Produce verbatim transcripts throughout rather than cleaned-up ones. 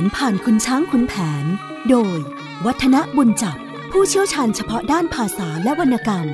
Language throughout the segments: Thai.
ารผ่านคุณช้างขุนแผนโดยวัฒนบุญจับผู้เชี่ยวชาญเฉพาะด้านภาษาและวรรณกรรม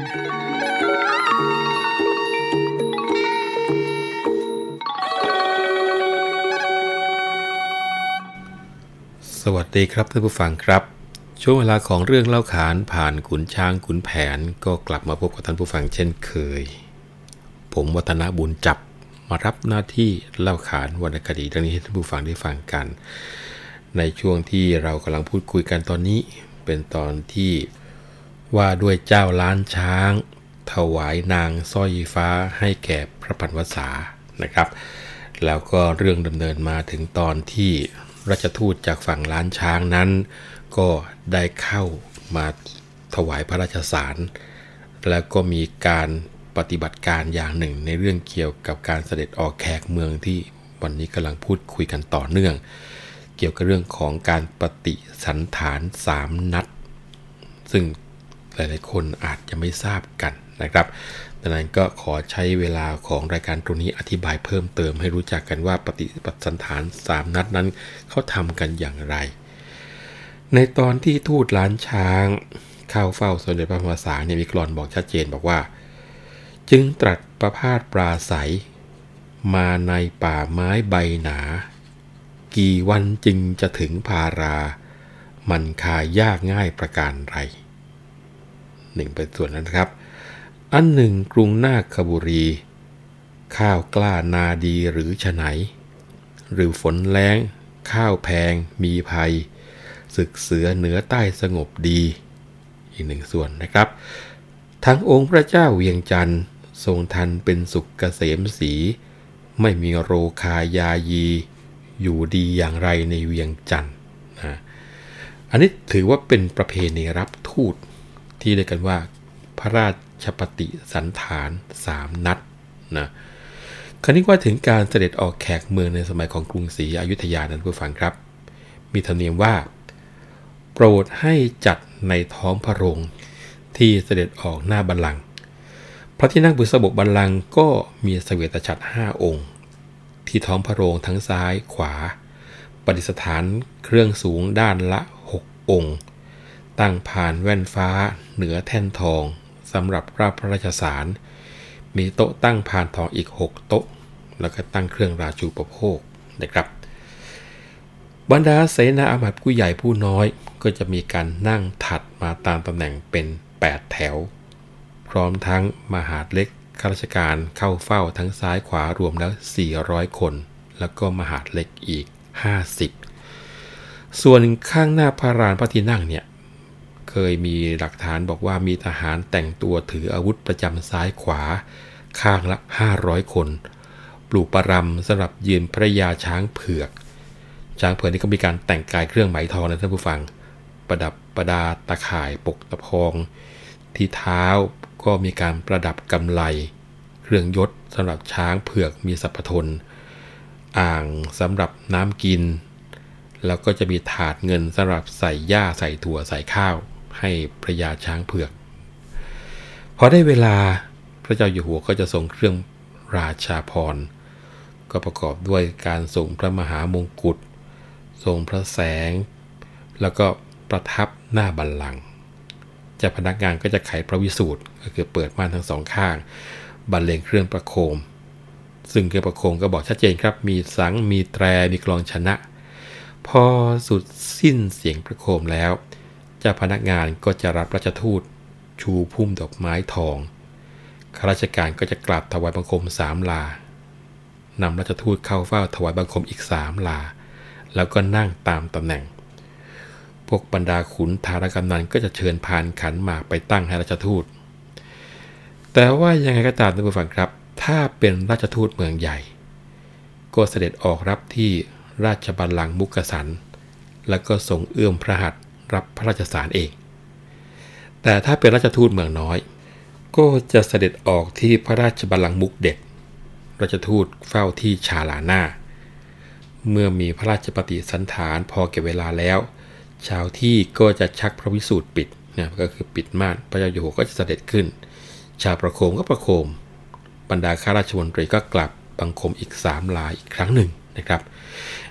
สวัสดีครับท่านผู้ฟังครับช่วงเวลาของเรื่องเล่าขานผ่านขุนช้างขุนแผนก็กลับมาพบกับท่านผู้ฟังเช่นเคยผมวัฒนบุญจับมารับหน้าที่เล่าขานวรรณคดีเรื่องนี้ให้ท่านผู้ฟังได้ฟังกันในช่วงที่เรากำลังพูดคุยกันตอนนี้เป็นตอนที่ว่าด้วยเจ้าล้านช้างถวายนางสร้อยฟ้าให้แก่พระพันวษานะครับแล้วก็เรื่องดำเนินมาถึงตอนที่ราชทูตจากฝั่งล้านช้างนั้นก็ได้เข้ามาถวายพระราชสารแล้วก็มีการปฏิบัติการอย่างหนึ่งในเรื่องเกี่ยวกับการเสด็จออกแขกเมืองที่วันนี้กำลังพูดคุยกันต่อเนื่องเกี่ยวกับเรื่องของการปฏิสันฐานสามนัดซึ่งหลายๆคนอาจจะไม่ทราบกันนะครับดังนั้นก็ขอใช้เวลาของรายการตรงนี้อธิบายเพิ่มเติมให้รู้จักกันว่าปฏิสันฐานสามนัดนั้นเขาทำกันอย่างไรในตอนที่ทูตล้านช้างเข้าเฝ้าสมเด็จพระพันวษาเนี่ยมีกลอนบอกชัดเจนบอกว่าจึงตรัสประพาสปราศัยมาในป่าไม้ใบหนากี่วันจึงจะถึงพารามันคายากง่ายประการไรหนึ่งเป็นส่วนนั้นครับอันหนึ่งกรุงนาคบุรีข้าวกล้านาดีหรือฉไหนหรือฝนแล้งข้าวแพงมีภัยศึกเสือเหนือใต้สงบดีอีกหนึ่งส่วนนะครับทั้งองค์พระเจ้าเวียงจันทร์ทรงทันเป็นสุขเกษมศรีไม่มีโรคายายีอยู่ดีอย่างไรในเวียงจันทร์นะอันนี้ถือว่าเป็นประเพณีรับทูตที่เรียกกันว่าพระราชปฏิสันฐานสามนัดนะคราวนี้ว่าถึงการเสด็จออกแขกเมืองในสมัยของกรุงศรีอยุธยานั้นผู้ฟังครับมีธรรมเนียมว่าโปรดให้จัดในท้องพระโรงที่เสด็จออกหน้าบัลลังก์พระที่นั่งบุษบกบัลลังก์ก็มีเสวตฉัตรห้าองค์ที่ท้องพระโรงทั้งซ้ายขวาประดิษฐานเครื่องสูงด้านละหกองค์ตั้งผ่านแว่นฟ้าเหนือแท่นทองสำหรับรับพระราชสารมีโต๊ะตั้งผ่านทองอีกหกโต๊ะแล้วก็ตั้งเครื่องราชูปโภคนะครับบรรดาเสนาอามาตย์ผู้ใหญ่ผู้น้อยก็จะมีการนั่งถัดมาตามตำแหน่งเป็นแปดแถวพร้อมทั้งมหาดเล็กข้าราชการเข้าเฝ้าทั้งซ้ายขวารวมแล้วสี่ร้อยคนแล้วก็มหาดเล็กอีกห้าสิบส่วนข้างหน้าพระลานพระที่นั่งเนี่ยเคยมีหลักฐานบอกว่ามีทหารแต่งตัวถืออาวุธประจำซ้ายขวาข้างละห้าร้อยคนปลูกประรำสำหรับยืนพระยาช้างเผือกช้างเผือกนี่ก็มีการแต่งกายเครื่องไหมทองนะท่านผู้ฟังประดับประดาตะข่ายปกตะพองที่เท้าก็มีการประดับกำไลเครื่องยศสำหรับช้างเผือกมีสัพพทนอ่างสำหรับน้ำกินแล้วก็จะมีถาดเงินสำหรับใส่หญ้าใส่ถั่วใส่ข้าวให้พระยาช้างเผือกพอได้เวลาพระเจ้าอยู่หัวก็จะทรงเครื่องราชาภรณ์ก็ประกอบด้วยการทรงพระมหามงกุฎทรงพระแสงแล้วก็ประทับหน้าบัลลังก์เจ้าพนักงานก็จะไขพระวิสูตรก็คือเปิดม่านทั้งสองข้างบรรเลงเครื่องประโคมซึ่งเครื่องประโคมก็บอกชัดเจนครับมีสังมีแตรมีกลองชนะพอสุดสิ้นเสียงประโคมแล้วเจ้าพนักงานก็จะรับราชทูตชูพุ่มดอกไม้ทองข้าราชการก็จะกราบถวายบังคมสามลานำราชทูตเข้าเฝ้าถวายบังคมอีกสามลาแล้วก็นั่งตามตำแหน่งพวกบรรดาขุนทารกำนันก็จะเชิญพานขันหมากไปตั้งให้ราชทูตแต่ว่ายังไงก็ตามท่านผู้ฟังครับถ้าเป็นราชทูตเมืองใหญ่ก็เสด็จออกรับที่ราชบัลลังก์มุกสันแล้วก็ทรงเอื้อมพระหัตถ์รับพระราชสารเองแต่ถ้าเป็นราชทูตเมืองน้อยก็จะเสด็จออกที่พระราชบัลลังก์มุกเด็ดราชทูตเฝ้าที่ชาลาหน้าเมื่อมีพระราชปฏิสันฐานพอเก็บเวลาแล้วชาวที่ก็จะชักพระวิสูตรปิดนะก็คือปิดม่านพระเจ้าอยู่หัวก็จะเสด็จขึ้นชาวประโคมก็ประโคมบรรดาข้าราชมนตรีก็กลับบังคมอีกสามลาอีกครั้งหนึ่งนะครับอันนี้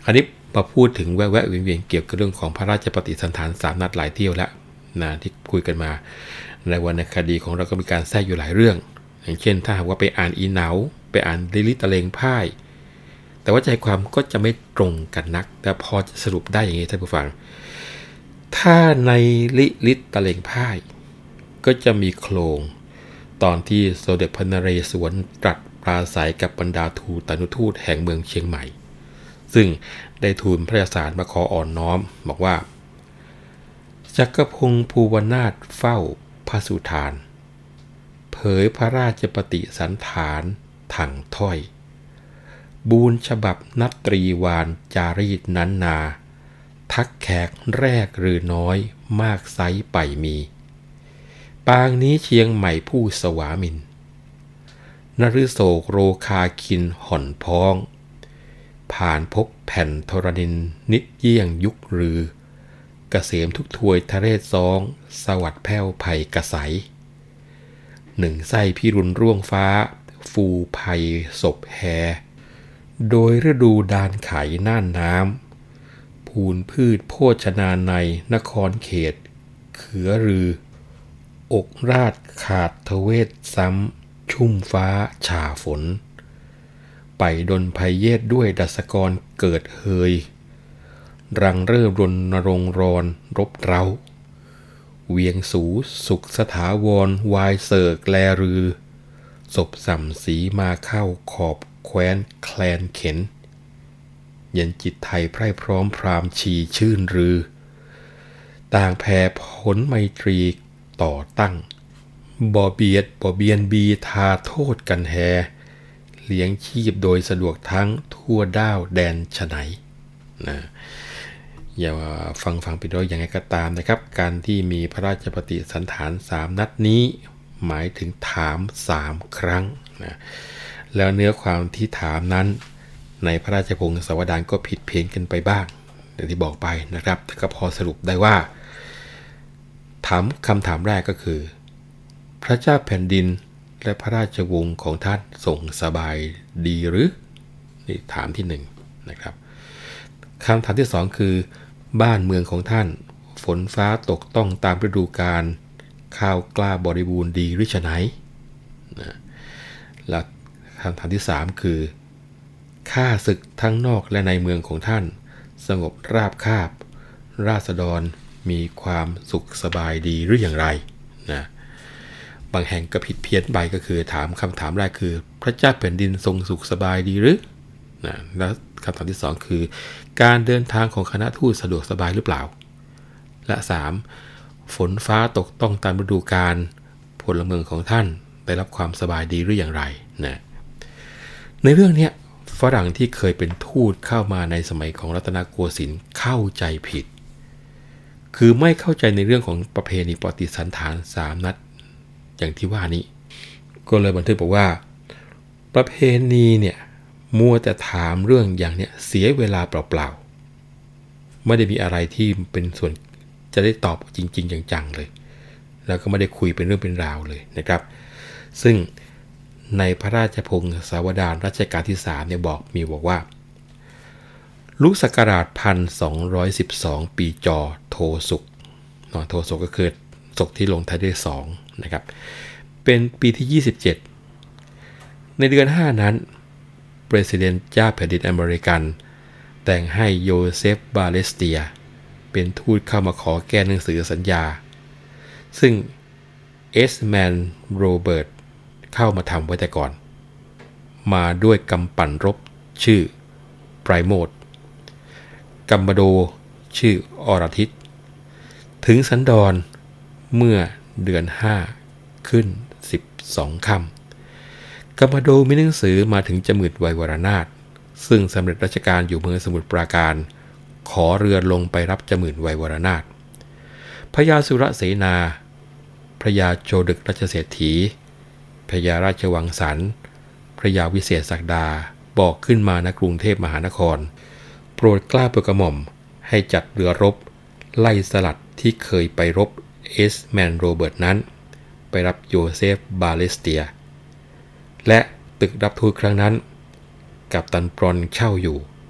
มาพูดถึงแวะๆเวียนๆเกี่ยวกับเรื่องของพระราชปฏิสันถานสามนัดหลายเที่ยวแล้วนะที่คุยกันมาในวรรณคดีของเราก็มีการแทรกอยู่หลายเรื่องอย่างเช่นถ้าหากว่าไปอ่านอีเหนาไปอ่านลิลิตะเลงพ่ายแต่ว่าใจความก็จะไม่ตรงกันนักแต่พอจะสรุปได้อย่างนี้ท่านผู้ฟังถ้าในลิลิตะเลงพ่ายก็จะมีโครงตอนที่สมเด็จพระนเรศวรตรัสปราศัยกับบรรดาทูตานุทูตแห่งเมืองเชียงใหม่ซึ่งได้ทูลพระราชสารมาขออ่อนน้อมบอกว่าจักรพงศ์ภูวนาถเฝ้าพระสุธานเผยพระราชปฏิสันถานถังถ้อยบูญฉบับนับตรีวานจารีตนั้นนาทักแขกแรกหรือน้อยมากไซไปมีปางนี้เชียงใหม่ผู้สวามินนฤโศกโรคาคินห่อนพ้องผ่านพบแผ่นธรณินนิดเยี่ยงยุครือเกษมทุกถวยทะเรศซองสวัสดิ์แผ้วไผ่กระใสหนึ่งไส้พิรุณร่วงฟ้าฟูภัยศพแฮโดยฤดูดานไขน่านน้ำภูนพืชโภชนาในนครเขตเขือรืออกราชขาดทเวศซ้ำชุ่มฟ้าฉ่าฝนไปดนภัยเยศด้วยดัสกรเกิดเฮยรังเริ่มรณรงค์รอนรบเร้าเวียงสูสุขสถาวรวายเสิร์กแลรือศพสัมสีมาเข้าขอบแคว้นแคลนเข็นเย็นจิตไทยไพร่พร้อมพรามชีชื่นรือต่างแผ่ผลไมตรีต่อตั้งบ่เบียดบ่เบียนบีทาโทษกันแฮเลี้ยงชีพโดยสะดวกทั้งทั่วด้าวแดนฉไนนะอย่าฟังฟังไปด้วยอย่างไรก็ตามนะครับการที่มีพระราชปฏิสันถานสามนัดนี้หมายถึงถามสามครั้งนะแล้วเนื้อความที่ถามนั้นในพระราชพงศาวดารก็ผิดเพี้ยนกันไปบ้างอย่างที่บอกไปนะครับแต่ก็พอสรุปได้ว่าถามคำถามแรกก็คือพระเจ้าแผ่นดินและพระราชวงศ์ของท่านทรงสบายดีหรือนี่ถามที่หนึ่งนะครับคำถามที่สองคือบ้านเมืองของท่านฝนฟ้าตกต้องตามฤดูกาลข้าวกล้าบริบูรณ์ดีหรือไฉนนะและคำถามที่สามคือข้าศึกทั้งนอกและในเมืองของท่านสงบราบคาบราษฎรมีความสุขสบายดีหรืออย่างไรนะบางแห่งก็ผิดเพี้ยนไปก็คือถามคำถามแรกคือพระเจ้าแผ่นดินทรงสุขสบายดีหรือนะแล้วคำถามที่สองคือการเดินทางของคณะทูตสะดวกสบายหรือเปล่าและสามฝนฟ้าตกต้องตามฤดูกาลพลเมืองของท่านได้รับความสบายดีหรืออย่างไรนะในเรื่องนี้ฝรั่งที่เคยเป็นทูตเข้ามาในสมัยของรัตนโกสินทร์เข้าใจผิดคือไม่เข้าใจในเรื่องของประเพณีปฏิสันถานสามนัดอย่างที่ว่านี้ก็เลยบันทึกบอกว่าประเพณีเนี่ยมัวแต่ถามเรื่องอย่างเนี้ยเสียเวลาเปล่าๆไม่ได้มีอะไรที่เป็นส่วนจะได้ตอบจริงๆจังๆเลยแล้วก็ไม่ได้คุยเป็นเรื่องเป็นราวเลยนะครับซึ่งในพระราชพงศาวดารรัชกาลที่สามเนี่ยบอกมีบอกว่าลุศักราชหนึ่งพันสองร้อยสิบสองปีจอโทสุกเนาะโทสุกก็คือศกที่ลงท้ายด้วยสองนะครับเป็นปีที่ยี่สิบเจ็ดในเดือนห้านั้นประธานาธิบดีเจ้าแผ่นดินอเมริกันแต่งให้โยเซฟบาเลสเตียเป็นทูตเข้ามาขอแก้หนังสือสัญญาซึ่งเอสแมนโรเบิร์ตเข้ามาทำไว้แต่ก่อนมาด้วยกำปั่นรบชื่อไพรโมดกัมบโดชื่ออรทิตถึงสันดรเมื่อเดือนห้าขึ้นสิบสองค่ำกัมบโดมีหนังสือมาถึงจมืดไวยวรนาถซึ่งสำเร็จราชการอยู่เมืองสมุทรปราการขอเรือลงไปรับจมืดไวยวรนาถพญาสุรเสนาพระยาโจดึกราชเศรษฐีพญาราชวังสรรค์พระยาวิเศษศักดาบอกขึ้นมาณกรุงเทพมหานครโปรดเกล้าโปรดกระหม่อมให้จัดเรือรบไล่สลัดที่เคยไปรบเอสแมนโรเบิร์ตนั้นไปรับโยเซฟบาเลสเตียและตึกรับทูตครั้งนั้นกับตันปรอนเช่าอยู่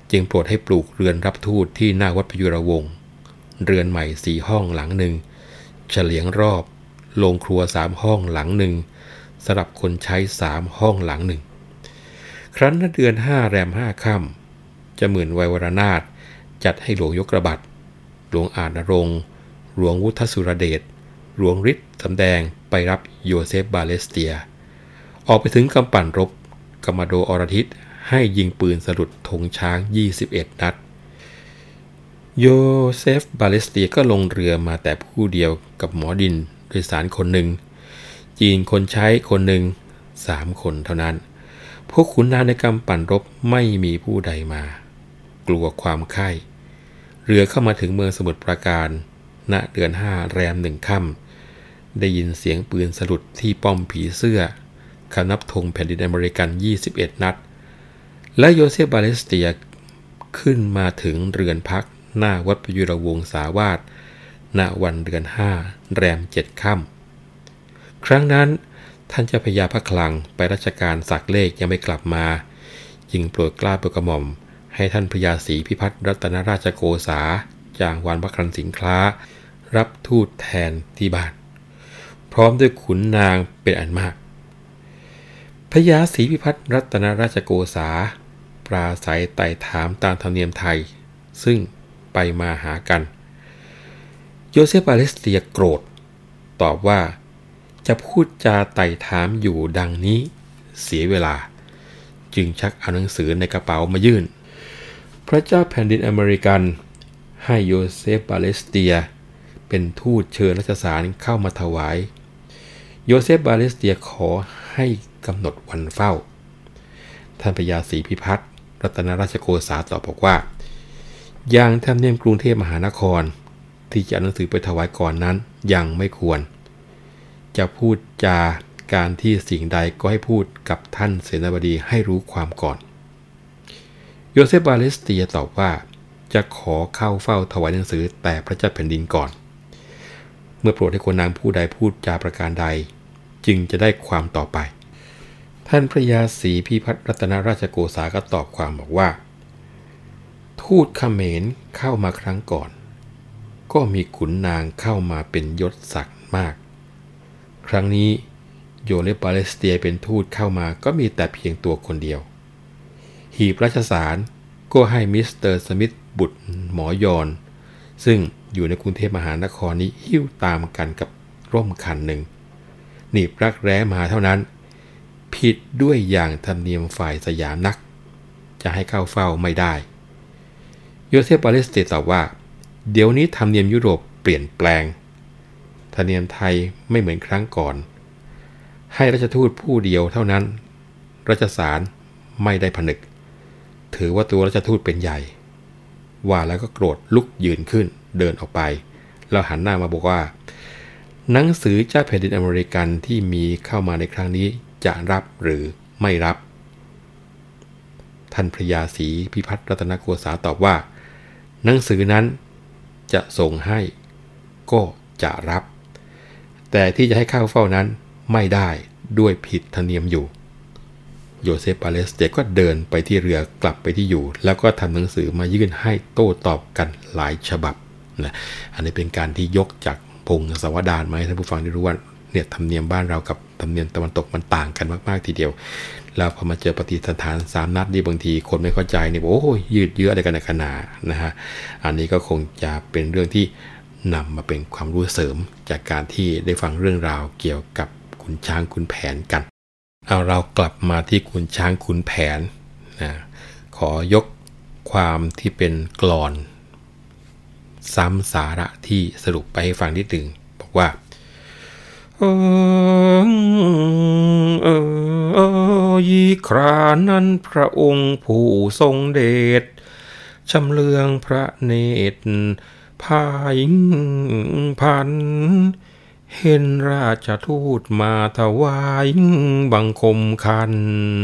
จึงโปรดให้ปลูกเรือนรับทูตที่หน้าวัดพยุรวงศ์เรือนใหม่สี่ห้องหลังหนึ่งเฉลียงรอบโรงครัวสามห้องหลังหนึ่งสำหรับคนใช้สามห้องหลังหนึ่งครั้นเดือนห้าแรมห้าค่ำจะหมื่นวัยวรนาถจัดให้หลวงยกระบัดหลวงอาจนรงค์หลวงวุฒสุรเดชหลวงฤทธิ์สำแดงไปรับโยเซฟบาเลสเตียออกไปถึงกำปั่นรบกำมโดอรทิตให้ยิงปืนสลุดธงช้างยี่สิบเอ็ดนัดโยเซฟบาเลสเตียก็ลงเรือมาแต่ผู้เดียวกับหมอดินโดยสารคนหนึ่งจีนคนใช้คนหนึ่งสามคนเท่านั้นพวกขุนนางในกำปั่นรบไม่มีผู้ใดมากลัวความไข้เรือเข้ามาถึงเมืองสมุทรปราการณเดือนห้าแรมหนึ่งค่ำได้ยินเสียงปืนสลุดที่ป้อมผีเสื้อคำนับธงแผ่นดินอเมริกันยี่สิบเอ็ดนัดและโยเซฟบาเลสเตียขึ้นมาถึงเรือนพักหน้าวัดพยุรวงศาวาสณวันเดือนห้าแรมเจ็ดค่ำครั้งนั้นท่านเจ้าพระยาพระคลังไปราชการสักเลขยังไม่กลับมาจึงโปรดเกล้าโปรดกระหม่อมให้ท่านพระยาศรีพิพัฒน์รัตนราชโกษาจางวานพระคลังสินค้ารับทูตแทนที่บ้านพร้อมด้วยขุนนางเป็นอันมากพระยาศรีพิพัฒน์รัตนราชโกษาปราศัยไต่ถามตามธรรมเนียมไทยซึ่งไปมาหากันโยเซฟบาเลสเตียโกรธตอบว่าจะพูดจาไต่ถามอยู่ดังนี้เสียเวลาจึงชักเอาหนังสือในกระเป๋ามายื่นพระเจ้าแผ่นดินอเมริกันให้โยเซฟบาเลสเตียเป็นทูตเชิญราชสารเข้ามาถวายโยเซฟบาเลสเตียขอให้กำหนดวันเฝ้าท่านพระยาศรีพิพัฒน์รัตนราชโกษาตอบบอกว่าอย่างธรรมเนียมกรุงเทพมหานครที่จะเอาหนังสือไปถวายก่อนนั้นยังไม่ควรจะพูดจาการที่สิ่งใดก็ให้พูดกับท่านเสนาบดีให้รู้ความก่อนโยเซฟบาเลสเตียตอบว่าจะขอเข้าเฝ้าถวายหนังสือแต่พระเจ้าแผ่นดินก่อนเมื่อโปรดให้คนนางผู้ใดพูดจาประการใดจึงจะได้ความต่อไปท่านพระยาศรีพิพัฒน์รัตนราชโกษาก็ตอบความบอกว่าทูตเขมรเข้ามาครั้งก่อนก็มีขุนนางเข้ามาเป็นยศศักดิ์มากครั้งนี้โยเซฟบาเลสเตียเป็นทูตเข้ามาก็มีแต่เพียงตัวคนเดียวหีบราชสารก็ให้มิสเตอร์สมิธบุตรหมอยอนซึ่งอยู่ในกรุงเทพมหานครนี้หิ้วตามกันกับร่มคันหนึ่งหนีบรักแร้มาเท่านั้นผิดด้วยอย่างธรรมเนียมฝ่ายสยามนักจะให้เข้าเฝ้าไม่ได้โยเซฟบาเลสเตียตอบว่าเดี๋ยวนี้ธรรมเนียมยุโรปเปลี่ยนแปลงธรรมเนียมไทยไม่เหมือนครั้งก่อนให้ราชทูตผู้เดียวเท่านั้นราชสารไม่ได้ผนึกถือว่าตัวราชทูตเป็นใหญ่ว่าแล้วก็โกรธลุกยืนขึ้นเดินออกไปแล้วหันหน้ามาบอกว่าหนังสือเจ้าแผ่นดินอเมริกันที่มีเข้ามาในครั้งนี้จะรับหรือไม่รับท่านพระยาศรีพิพัฒน์รัตนโกษาตอบว่าหนังสือนั้นจะส่งให้ก็จะรับแต่ที่จะให้เข้าเฝ้านั้นไม่ได้ด้วยผิดธรรมเนียมอยู่โยเซฟบาเลสเตียก็เดินไปที่เรือกลับไปที่อยู่แล้วก็ทำหนังสือมายื่นให้โต้ตอบกันหลายฉบับนะอันนี้เป็นการที่ยกจากพงศาวดารมาให้ท่านผู้ฟังได้รู้ว่าเนี่ยธรรมเนียมบ้านเรากับธรรมเนียมตะวันตกมันต่างกันมากๆทีเดียวแล้วพอมาเจอปฏิสันถานสามนัดนี่บางทีคนไม่เข้าใจเนี่ยโอ้ยยืดเยื้ออะไรกันขนาดนะฮะอันนี้ก็คงจะเป็นเรื่องที่นำมาเป็นความรู้เสริมจากการที่ได้ฟังเรื่องราวเกี่ยวกับขุนช้างขุนแผนกันเอาเรากลับมาที่ขุนช้างขุนแผนนะขอยกความที่เป็นกลอนซ้ำสาระที่สรุปไปให้ฟังนิดหนึ่งบอกว่าเออเออเออยีครานั้นพระองค์ผู้ทรงเดชชำเลืองพระเนตรพายพันเห็นราชทูตมาถวายบังคมคัน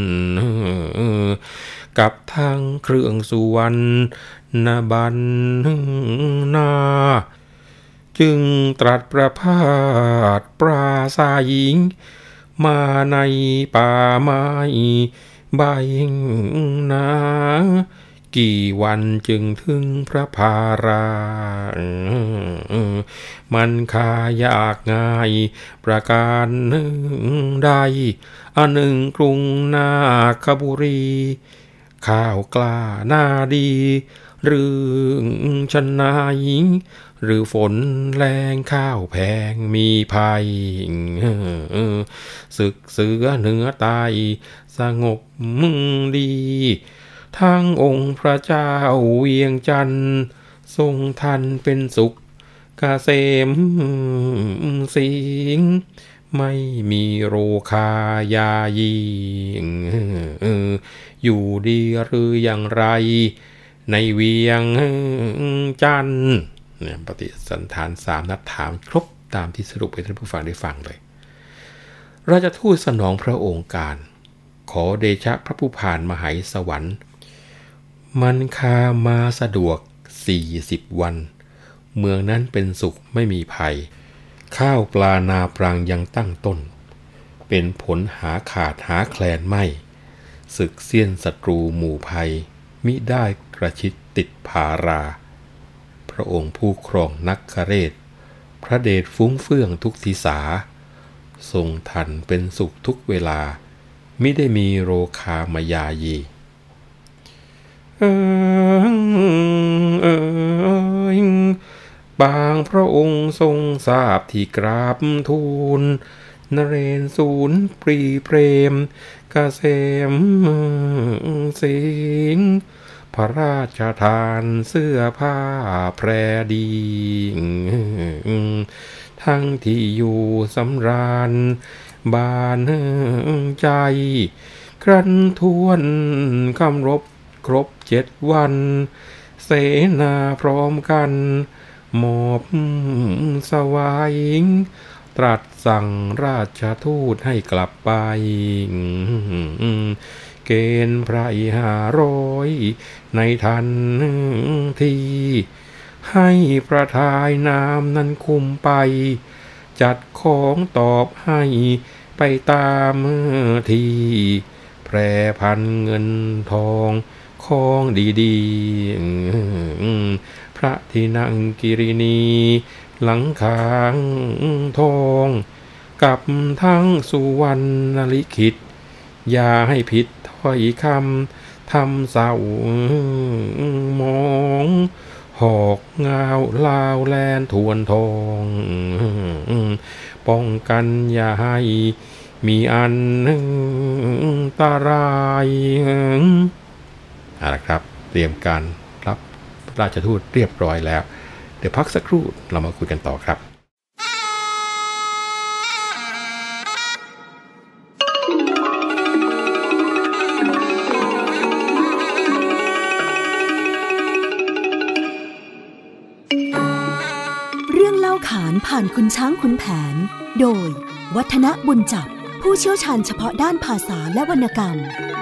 กับทางเครื่องสุวรรณบัณนา จึงตรัสประพาสปราศายิงมาในป่าไม้ใบนากี่วันจึงถึงพระพารามันคายากง่ายประการหนึ่งใดอันหนึ่งกรุงนาคบุรีข้าวกล้าหน้าดีหรือชนะหรือฝนแรงข้าวแพงมีภัยศึกเสือเหนือใต้สงบดีทั้งองค์พระเจ้าเวียงจันทร์ทรงทันเป็นสุขเกษมสิงไม่มีโรคายายีอยู่ดีหรืออย่างไรในเวียงจันทร์เนี่ยปฏิสันถานสามนัดถามครบตามที่สรุปให้ท่านผู้ฟังได้ฟังเลยราชทูตสนองพระองค์การขอเดชะพระผู้ผ่านมหาสวรรค์มันคามาสะดวกสี่สิบวันเมืองนั้นเป็นสุขไม่มีภัยข้าวปลานาปรังยังตั้งต้นเป็นผลหาขาดหาแคลนไม่ศึกเสี้ยนศัตรูหมู่ภัยมิได้กระชิดติดภาราพระองค์ผู้ครองนักคเรศพระเดชฟุ้งเฟื่องทุกทิศาทรงทันเป็นสุขทุกเวลามิได้มีโรคามายายีเออเออบางพระองค์ทรงทราบที่กราบทูลนเรศศูนย์ปรีเพรมเกษมสิงห์พระราชทานเสื้อผ้าแพรดีทั้งที่อยู่สำราญบานใจครั้นทวนคำรบครบเจ็ดวันเสนาพร้อมกันมอบสวายตรัสสั่งราชทูตให้กลับไปเกณฑ์ไพรห้าร้อยในทันทีให้ประทายน้ำนั้นคุมไปจัดของตอบให้ไปตามทีแพร่พันเงินทองของดีๆพระที่นั่งกิรินีหลังคางทองกับทั้งสุวรรณลิขิตอย่าให้ผิดถ้อยคำทำเศร้ามองหอกงาวลาวแลนทวนทองป้องกันอย่าให้มีอันตรายเอาละครับเตรียมการรับราชทูตเรียบร้อยแล้วเดี๋ยวพักสักครู่เรามาคุยกันต่อครับเรื่องเล่าขานผ่านคุณช้างขุนแผนโดยวัฒนบุญจับผู้เชี่ยวชาญเฉพาะด้านภาษาและวรรณกรรม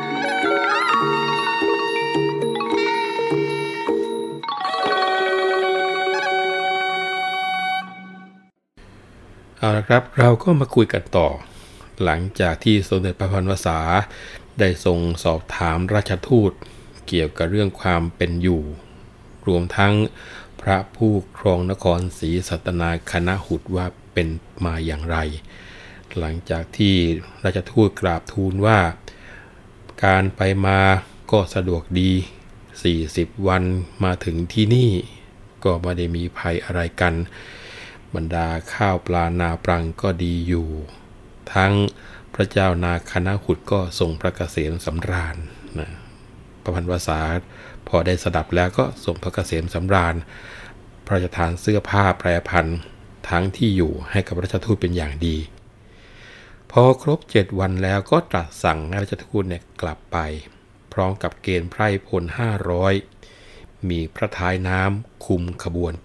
เอาละครับเราก็มาคุยกันต่อหลังจากที่สมเด็จพระพันวษาได้ทรงสอบถามราชทูตเกี่ยวกับเรื่องความเป็นอยู่รวมทั้งพระผู้ครองนครศรีสัตนาคณหุตว่าเป็นมาอย่างไรหลังจากที่ราชทูตกราบทูลว่าการไปมาก็สะดวกดีสี่สิบวันมาถึงที่นี่ก็ไม่ได้มีภัยอะไรกันบรรดาข้าวปลานาปรังก็ดีอยู่ทั้งพระเจ้านาคณหุตก็ทรงพระเกษมสำราญนะพระพันวษาพอได้สดับแล้วก็ทรงพระเกษมสำราญพระราชทานเสื้อผ้าแพรพันทั้งที่อยู่ให้กับราชทูตเป็นอย่างดีพอครบเจ็ดวันแล้วก็ตรัสสั่งให้ราชทูตเนี่ยกลับไปพร้อมกับเกณฑ์ไพร่พลห้าร้อยมีพระท้ายน้ำคุมขบวนไป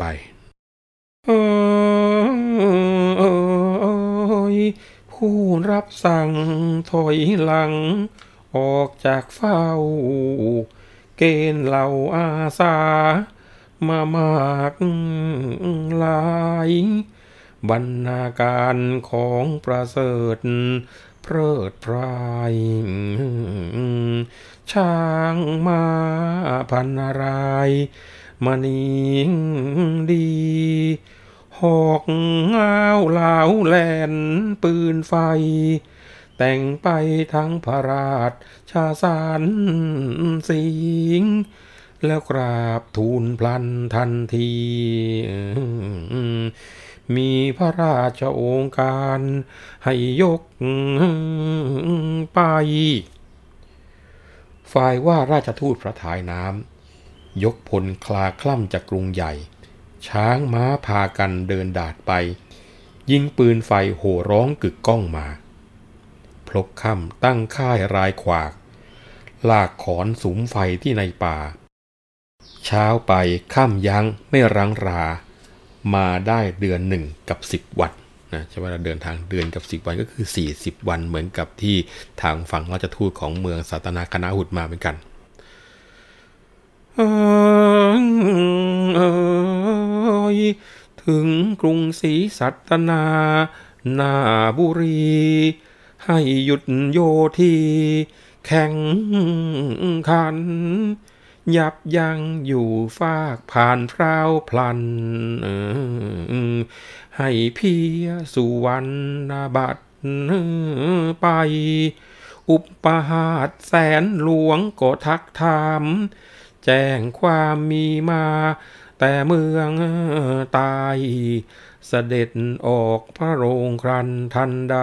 ผู้รับสั่งถอยหลังออกจากเฝ้าเกณฑ์เหล่าอาสามามากหลายบรรณาการของประเสริฐพเพลิดเพลายช้างมาพันนารายมณีดีหอกง้าวเหลาแล่นปืนไฟแต่งไปทั้งพระราชาสารสิงห์แล้วกราบทูลพลันทันทีมีพระราชโองการให้ยกไปฝ่ายว่าราชทูตพระทัยน้ำยกพลคลาคล่ำจากกรุงใหญ่ช้างม้าพากันเดินดาดไปยิงปืนไฟโห่ร้องกึกก้องมาพลบค่ำตั้งค่ายรายขวากลากขอนสุมไฟที่ในป่าเช้าไปค่ำยั้งไม่รังรามาได้เดือนหนึ่งกับสิบวันนะใช่ไหมเราเดินทางเดือนกับสิบวันก็คือสี่สิบวันเหมือนกับที่ทางฝั่งราชทูตของเมืองสัตนาคณหุฏมาเหมือนกันถึงกรุงศรีสัตนานาบุรีให้หยุดโยธีแข่งขันยับยั้งอยู่ฟากผ่านพราวพลันให้เพียสุวรรณบัตรไปอุปหาสแสนหลวงก็ทักถามแจ้งความมีมาแต่เมืองตายเสด็จออกพระโรงครันทันใด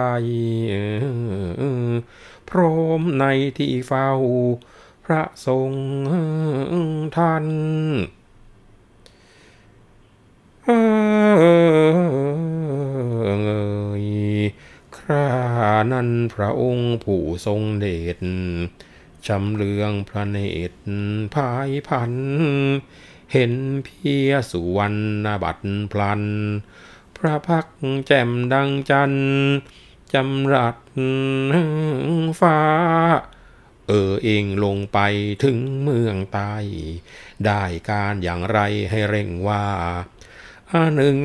พร้อมในที่เฝ้าพระทรงท่านเอ่ยครานั้นพระองค์ผู้ทรงเดชชำเลืองพระเนตรภายพันเห็นเพียสุวรรณบัตรพลันพระพักแจ่มดังจันทร์จำรัดฟ้าเออเองลงไปถึงเมืองใต้ได้การอย่างไรให้เร่งว่าอันหนึ่ง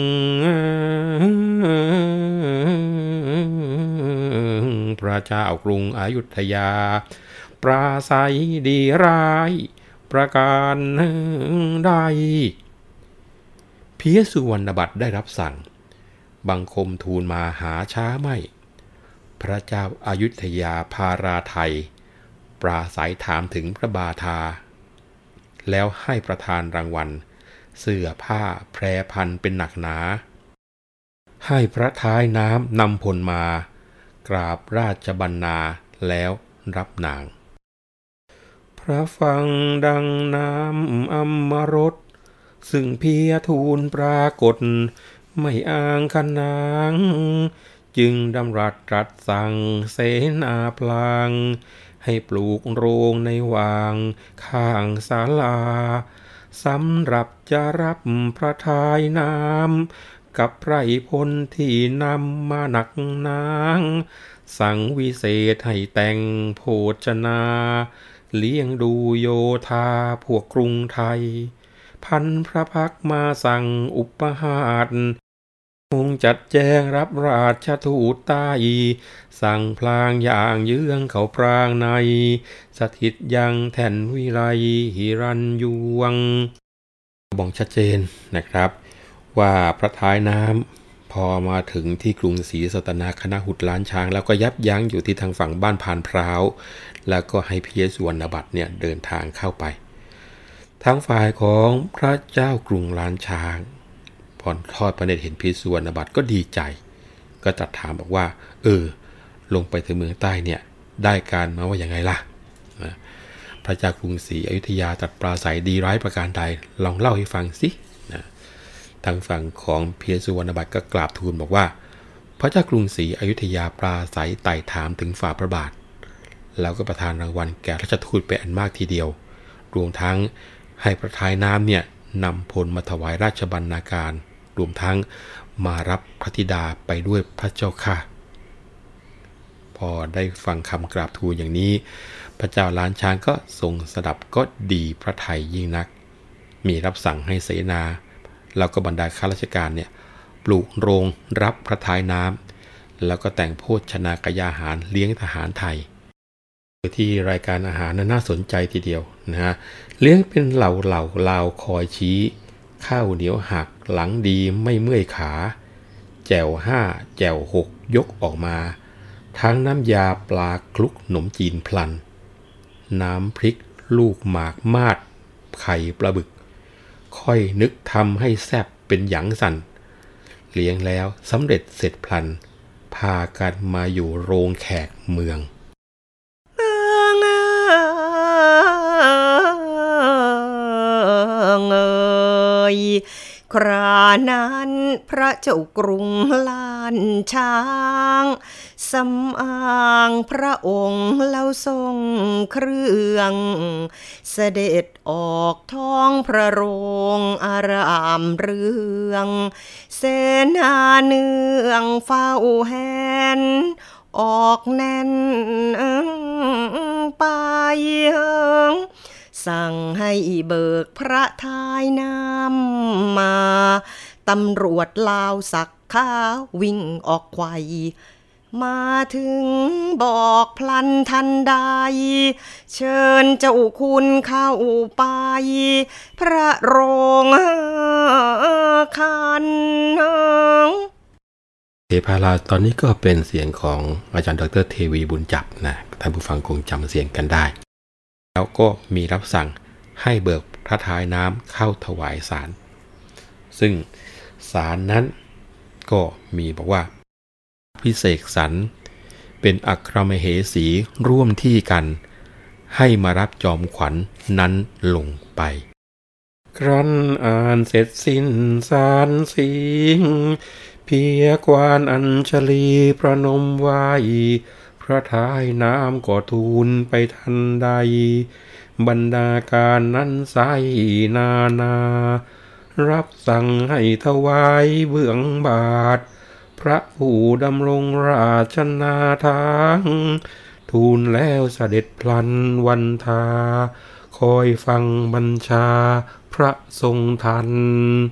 พระเจ้ากรุงอยุธยาปราศัยดีร้ายประการใดเพียสุวรรณบัตรได้รับสั่งบังคมทูลมาหาช้าไม่พระเจ้าอยุธยาพาราไทยปราศัยถามถึงพระบาทาแล้วให้ประทานรางวัลเสื้อผ้าแพรพันเป็นหนักหนาให้พระท้ายน้ำนำพลมากราบราชบรรณาแล้วรับนางพระฟังดังน้ำอมรสซึ่งเพียทูลปรากฏไม่อ้างขนางจึงดำรัสตรัสสั่งเสนาพลางให้ปลูกโรงในวางข้างศาลาสำหรับจะรับพระทายน้ำกับไพรพลที่นำมาหนักนางสั่งวิเศษให้แต่งโภชนาเลี้ยงดูโยธาพวกกรุงไทยพันพระพักมาสั่งอุปหาสคงจัดแจงรับราชทูตใต้สั่งพลางอย่างเยื้องเขาพรางในสถิตยังแท่นวิไลหิรัญยวงบอกชัดเจนนะครับว่าพระท้ายน้ำพอมาถึงที่กรุงศรีสัตนาคณหุฏล้านช้างแล้วก็ยับยั้งอยู่ที่ทางฝั่งบ้านพานพร้าวแล้วก็ให้เพียสุวรรณบัตรเนี่ยเดินทางเข้าไปทางฝ่ายของพระเจ้ากรุงล้านช้างพอทอดพระเนตรเห็นเพียสุวรรณบัตรก็ดีใจก็ตรัสถามบอกว่าเออลงไปถึงเมืองใต้เนี่ยได้การมาว่าอย่างไงล่ะนะพระเจ้ากรุงศรีอยุธยาตรัสปราศัยดีร้ายประการใดลองเล่าให้ฟังสินะทางฝั่งของเพียสุวรรณบัตรก็กราบทูลบอกว่าพระเจ้ากรุงศรีอยุธยาปราศัยไต่ถามถึงฝ่าพระบาทแล้วก็ประทานรางวัลแก่ราชทูตไปอันมากทีเดียวรวมทั้งให้พระทัยน้ำเนี่ยนำพลมาถวายราชบรรณาการรวมทั้งมารับพระธิดาไปด้วยพระเจ้าค่ะพอได้ฟังคำกราบทูลอย่างนี้พระเจ้าล้านช้างก็ทรงสดับก็ดีพระทัยยิ่งนักมีรับสั่งให้เสนาแล้วก็บรรดาข้าราชการเนี่ยปลูกโรงรับพระทัยน้แล้วก็แต่งโภชนากยาหารเลี้ยงทหารไทยที่รายการอาหารน่าสนใจทีเดียวนะฮะเลี้ยงเป็นเหล่าเหล่าลาวคอยชี้ข้าวเหนียวหักหลังดีไม่เมื่อยขาแจ่วห้าแจ่วหกยกออกมาทั้งน้ำยาปลาคลุกขนมจีนพลันน้ำพริกลูกหมากมาดไข่ปลาบึกค่อยนึกทำให้แซ่บเป็นหยังสั่นเลี้ยงแล้วสำเร็จเสร็จพลันพากันมาอยู่โรงแขกเมืองเอ่ยครานั้นพระเจ้ากรุงลานช้างสำอางพระองค์เล่าทรงเครื่องเสด็จออกท้องพระโรงอารามเรืองเสนาเนืองเฝ้าแหนออกแน่นไปสั่งให้เบิกพระทายน้ำมาตำรวจลาวสักขาวิ่งออกไขว่มาถึงบอกพลันทันใดเชิญเจ้าคุณเข้าไปพระโรงคันเทพาราตอนนี้ก็เป็นเสียงของอาจารย์ดร.เทวีบุญจับนะท่านผู้ฟังคงจำเสียงกันได้แล้วก็มีรับสั่งให้เบิกพระทัยน้ำเข้าถวายศาลซึ่งศาลนั้นก็มีบอกว่าพิเศษสรรเป็นอัครมเหสีร่วมที่กันให้มารับจอมขวัญ น, นั้นลงไปครั้นอ่านเสร็จสิ้นสารสิงเพียกวานอัญชลีประนมไหวพระทัยน้ำก็ทูลไปทันใดบรรดาการนั้นไสนานารับสั่งให้ถวายเบื้องบาทพระผู้ดำรงราชนาถางทูลแล้วเสด็จพลันวันทาคอยฟังบัญชาพระทรงทัน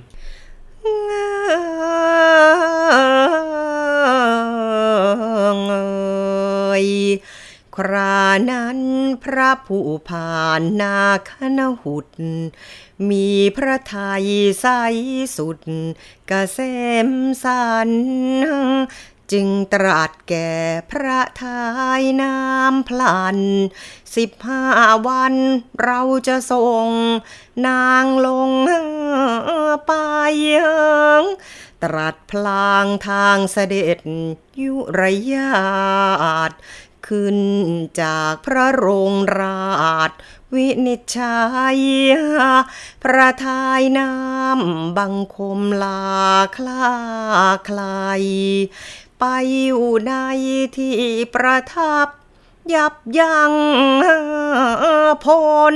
ครานั้นพระผู้ผ่านนาคณหุตมีพระทัยใสสุดเกษมสันจึงตรัสแก่พระทัยน้ำพลันสิบห้าวันเราจะส่งนางลงไปตรัสพลางทางเสด็จยุรยาตขึ้นจากพระโรงราชวินิจฉัยพระทัยน้ำบังคมลาคลาคลายไปอยู่ในที่ประทับยับยั้งพล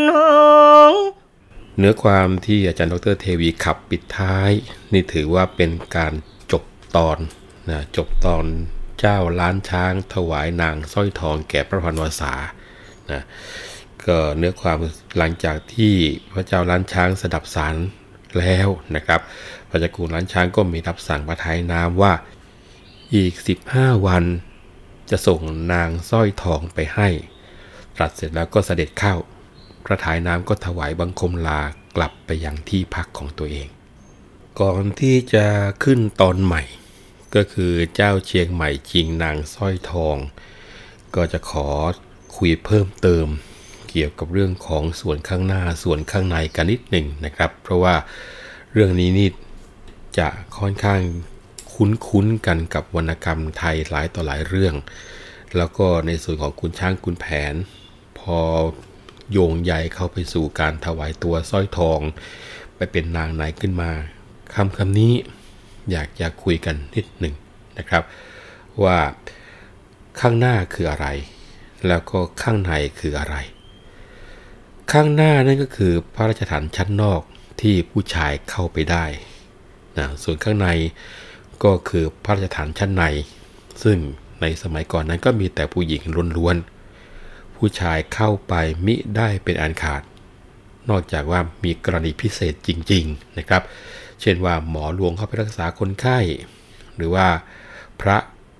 เนื้อความที่อาจารย์ดร.เทวีขับปิดท้ายนี่ถือว่าเป็นการจบตอนนะจบตอนเจ้าล้านช้างถวายนางสร้อยทองแก่พระพันวษานะก็เนื้อความหลังจากที่พระเจ้าล้านช้างสดับสารแล้วนะครับพระเจ้ากูล้านช้างก็มีรับสั่งพระทัยน้ำว่าอีกสิบห้าวันจะส่งนางสร้อยทองไปให้ตรัสเสร็จแล้วก็เสด็จเข้าพระทัยน้ำก็ถวายบังคมลากลับไปยังที่พักของตัวเองก่อนที่จะขึ้นตอนใหม่ก็คือเจ้าเชียงใหม่จริงนางสร้อยทองก็จะขอคุยเพิ่มเติมเกี่ยวกับเรื่องของส่วนข้างหน้าส่วนข้างในกันนิดหนึ่งนะครับเพราะว่าเรื่องนี้นี่จะค่อนข้างคุ้นๆกันกับวรรณกรรมไทยหลายต่อหลายเรื่องแล้วก็ในส่วนของขุนช้างขุนแผนพอโยงใยเข้าไปสู่การถวายตัวสร้อยทองไปเป็นนางไหนขึ้นมาคำคำนี้อยากจะคุยกันนิดหนึ่งนะครับว่าข้างหน้าคืออะไรแล้วก็ข้างในคืออะไรข้างหน้านั่นก็คือพระราชฐานชั้นนอกที่ผู้ชายเข้าไปได้นะส่วนข้างในก็คือพระราชฐานชั้นในซึ่งในสมัยก่อนนั้นก็มีแต่ผู้หญิงล้วนๆผู้ชายเข้าไปมิได้เป็นอันขาดนอกจากว่ามีกรณีพิเศษจริงๆนะครับเช่นว่าหมอหลวงเข้าไปรักษาคนไข้หรือว่าพระ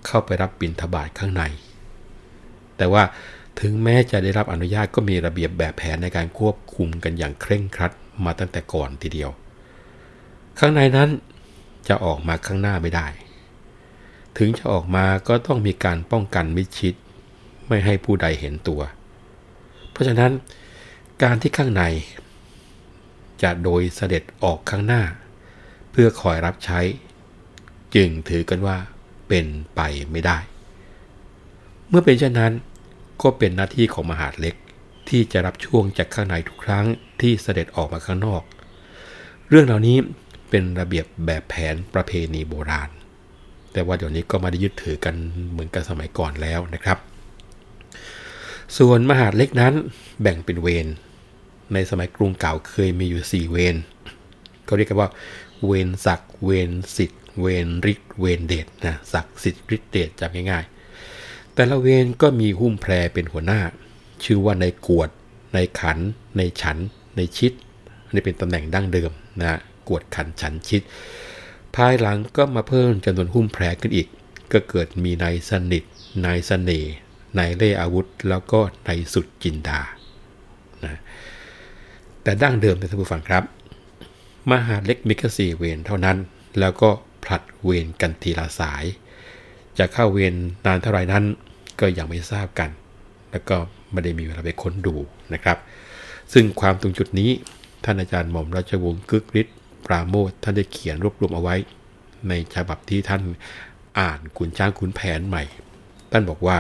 เข้าไปรับบิณฑบาตข้างในแต่ว่าถึงแม้จะได้รับอนุญาตก็มีระเบียบแบบแผนในการควบคุมกันอย่างเคร่งครัดมาตั้งแต่ก่อนทีเดียวข้างในนั้นจะออกมาข้างหน้าไม่ได้ถึงจะออกมาก็ต้องมีการป้องกันมิดชิดไม่ให้ผู้ใดเห็นตัวเพราะฉะนั้นการที่ข้างในจะโดยเสด็จออกข้างหน้าเพื่อคอยรับใช้จึงถือกันว่าเป็นไปไม่ได้เมื่อเป็นเช่นนั้นก็เป็นหน้าที่ของมหาดเล็กที่จะรับช่วงจากข้างในทุกครั้งที่เสด็จออกมาข้างนอกเรื่องเหล่านี้เป็นระเบียบแบบแผนประเพณีโบราณแต่ว่าเดี๋ยวนี้ก็ไม่ได้ยึดถือกันเหมือนกับสมัยก่อนแล้วนะครับส่วนมหาดเล็กนั้นแบ่งเป็นเวรในสมัยกรุงเก่าเคยมีอยู่สี่เวรเขาเรียกกันว่าเวรศักดิ์เวรสิทธิ์เวรฤทธิ์เวรเดชนะศักดิ์สิทธิ์ฤทธิ์เดชจำง่ายๆแต่ละเวรก็มีหุ้มแพรเป็นหัวหน้าชื่อว่าในกวดในขันในฉันในชิดอันนี้เป็นตำแหน่งดั้งเดิมนะกวดขันฉันชิดภายหลังก็มาเพิ่มจำนวนหุ้มแพรขึ้นอีกก็เกิดมีนายสนิทนายเสน่ห์นายเล่อาวุธแล้วก็นายสุดจินดานะแต่ดั้งเดิมท่านผู้ฟังครับมหาดเล็กมีแค่สี่เวรเท่านั้นแล้วก็ผลัดเวรกันทีละสายจะเข้าเวรนานเท่าไรนั้นก็ยังไม่ทราบกันแล้วก็ไม่ได้มีเวลาไปค้นดูนะครับซึ่งความตรงจุดนี้ท่านอาจารย์หม่อมราชวงศ์กึกฤทธิ์ปราโมทย์ท่านได้เขียนรวบรวมเอาไว้ในฉบับที่ท่านอ่านขุนช้างขุนแผนใหม่ท่านบอกว่า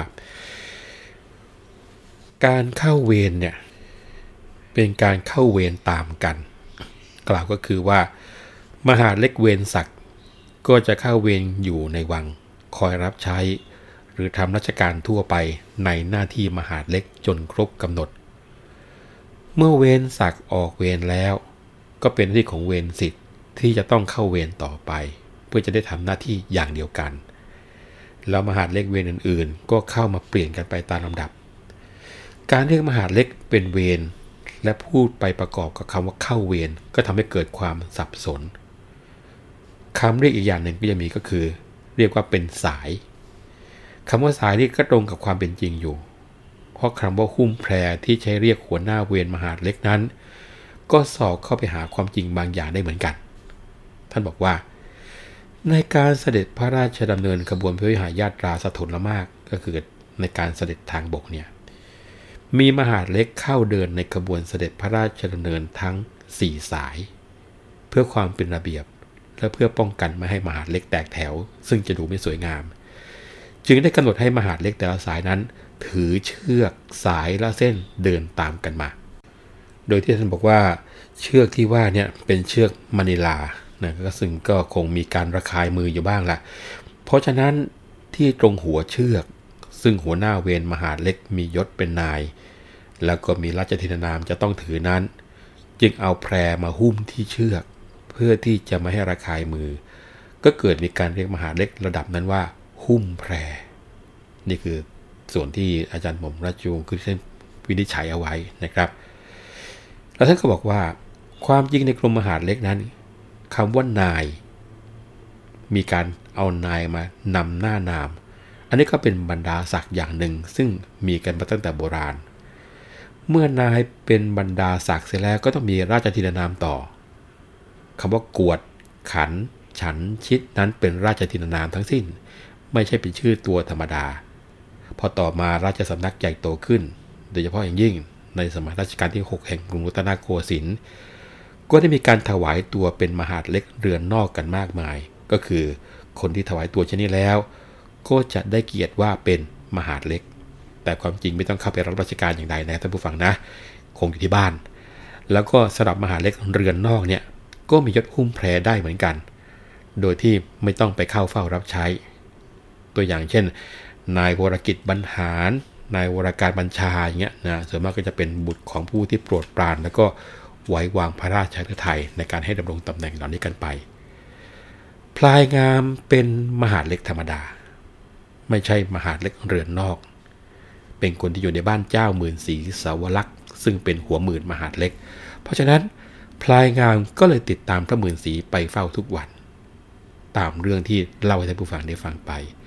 การเข้าเวรเนี่ยเป็นการเข้าเวรตามกันกล่าวก็คือว่ามหาดเล็กเวรศักดิ์ก็จะเข้าเวรอยู่ในวังคอยรับใช้หรือทำราชการทั่วไปในหน้าที่มหาดเล็กจนครบกำหนดเมื่อเวรศักดิ์ออกเวรแล้วก็เป็นหน้าที่ของเวรสิทธิ์ที่จะต้องเข้าเวรต่อไปเพื่อจะได้ทำหน้าที่อย่างเดียวกันแล้วมหาดเล็กเวรอื่นๆก็เข้ามาเปลี่ยนกันไปตามลำดับการเรียกมหาดเล็กเป็นเวรและพูดไปประกอบกับคำว่าเข้าเวรก็ทำให้เกิดความสับสนคำเรียกอีกอย่างหนึ่งก็จะมีก็คือเรียกว่าเป็นสายคำว่าสายนี่ก็ตรงกับความเป็นจริงอยู่เพราะคำว่าหุ้มแพรที่ใช้เรียกหัวหน้าเวรมหาดเล็กนั้นก็สอบเข้าไปหาความจริงบางอย่างได้เหมือนกันท่านบอกว่าในการเสด็จพระราชดำเนินขบวนพระวิหารญาตราสถลมากก็คือในการเสด็จทางบกเนี่ยมีมหาดเล็กเข้าเดินในขบวนเสด็จพระราชดำเนินทั้งสี่สายเพื่อความเป็นระเบียบและเพื่อป้องกันไม่ให้มหาดเล็กแตกแถวซึ่งจะดูไม่สวยงามจึงได้กำหนดให้มหาดเล็กแต่ละสายนั้นถือเชือกสายละเส้นเดินตามกันมาโดยที่ท่านบอกว่าเชือกที่ว่าเนี่ยเป็นเชือกมะนิลานะก็ซึ่งก็คงมีการระคายมืออยู่บ้างละเพราะฉะนั้นที่ตรงหัวเชือกซึ่งหัวหน้าเวรมหาดเล็กมียศเป็นนายแล้วก็มีราชธินนามจะต้องถือนั้นจึงเอาแพรมาหุ้มที่เชือกเพื่อที่จะไม่ให้ระคายมือก็เกิดมีการเรียกมหาดเล็กระดับนั้นว่าหุ้มแพรนี่คือส่วนที่อาจารย์หม่อมราชวงศ์คือท่านวินิจฉัยเอาไว้นะครับแล้วท่านก็บอกว่าความจริงในกรมมหาดเล็กนั้นคำว่านายมีการเอานายมานำหน้านามอันนี้ก็เป็นบรรดาศักดิ์อย่างหนึ่งซึ่งมีกันมาตั้งแต่โบราณเมื่อนายเป็นบรรดาศักดิ์เสร็จแล้วก็ต้องมีราชธินนามต่อคำว่ากวดขันฉันชิดนั้นเป็นราชธินนามทั้งสิ้นไม่ใช่เป็นชื่อตัวธรรมดาพอต่อมาราชสำนักใหญ่โตขึ้นโดยเฉพาะอย่างยิ่งในสมัยรัชกาลที่หกแห่งกรุงรัตนโกสินทร์ก็ได้มีการถวายตัวเป็นมหาดเล็กเรือนนอกกันมากมายก็คือคนที่ถวายตัวเช่นนี้แล้วก็จะได้เกียรติว่าเป็นมหาดเล็กแต่ความจริงไม่ต้องเข้าไปรับราชการอย่างใดนะท่านผู้ฟังนะคงอยู่ที่บ้านแล้วก็สำหรับมหาดเล็กเรือนนอกเนี่ยก็มียศหุ้มแพรได้เหมือนกันโดยที่ไม่ต้องไปเข้าเฝ้ารับใช้ตัวอย่างเช่นนายวรกิจบรรหารนายวรการบัญชาอย่างเงี้ยนะส่วนมากก็จะเป็นบุตรของผู้ที่โปรดปรานแล้วก็ไว้วางพระราชฤทัยในการให้ดำรงตำแหน่งเหล่านี้กันไปพลายงามเป็นมหาดเล็กธรรมดาไม่ใช่มหาดเล็กเรือนนอกเป็นคนที่อยู่ในบ้านเจ้าหมื่นศรีสาวลักษณ์ซึ่งเป็นหัวหมื่นมหาดเล็กเพราะฉะนั้นพลายงามก็เลยติดตามพระหมื่นศรีไปเฝ้าทุกวันตามเรื่องที่เล่าให้ท่านผู้ฟังได้ฟังไป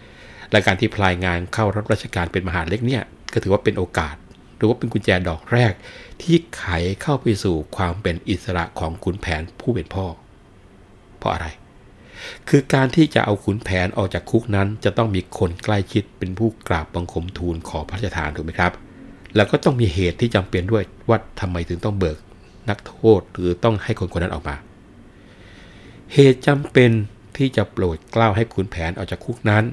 และการที่พลายงานเข้ารับราชการเป็นมหาดเล็กเนี่ยก็ถือว่าเป็นโอกาสหรือว่าเป็นกุญแจดอกแรกที่ไขเข้าไปสู่ความเป็นอิสระของขุนแผนผู้เป็นพ่อเพราะอะไรคือการที่จะเอาขุนแผนออกจากคุกนั้นจะต้องมีคนใกล้ชิดเป็นผู้กราบบังคมทูลขอพระราชทานถูกไหมครับแล้วก็ต้องมีเหตุที่จำเป็นด้วยว่าทำไมถึงต้องเบิกนักโทษหรือต้องให้คนคนนั้นออกมาเหตุจำเป็นที่จะโปรดเกล้าให้ขุนแผนออกจากคุกนั้น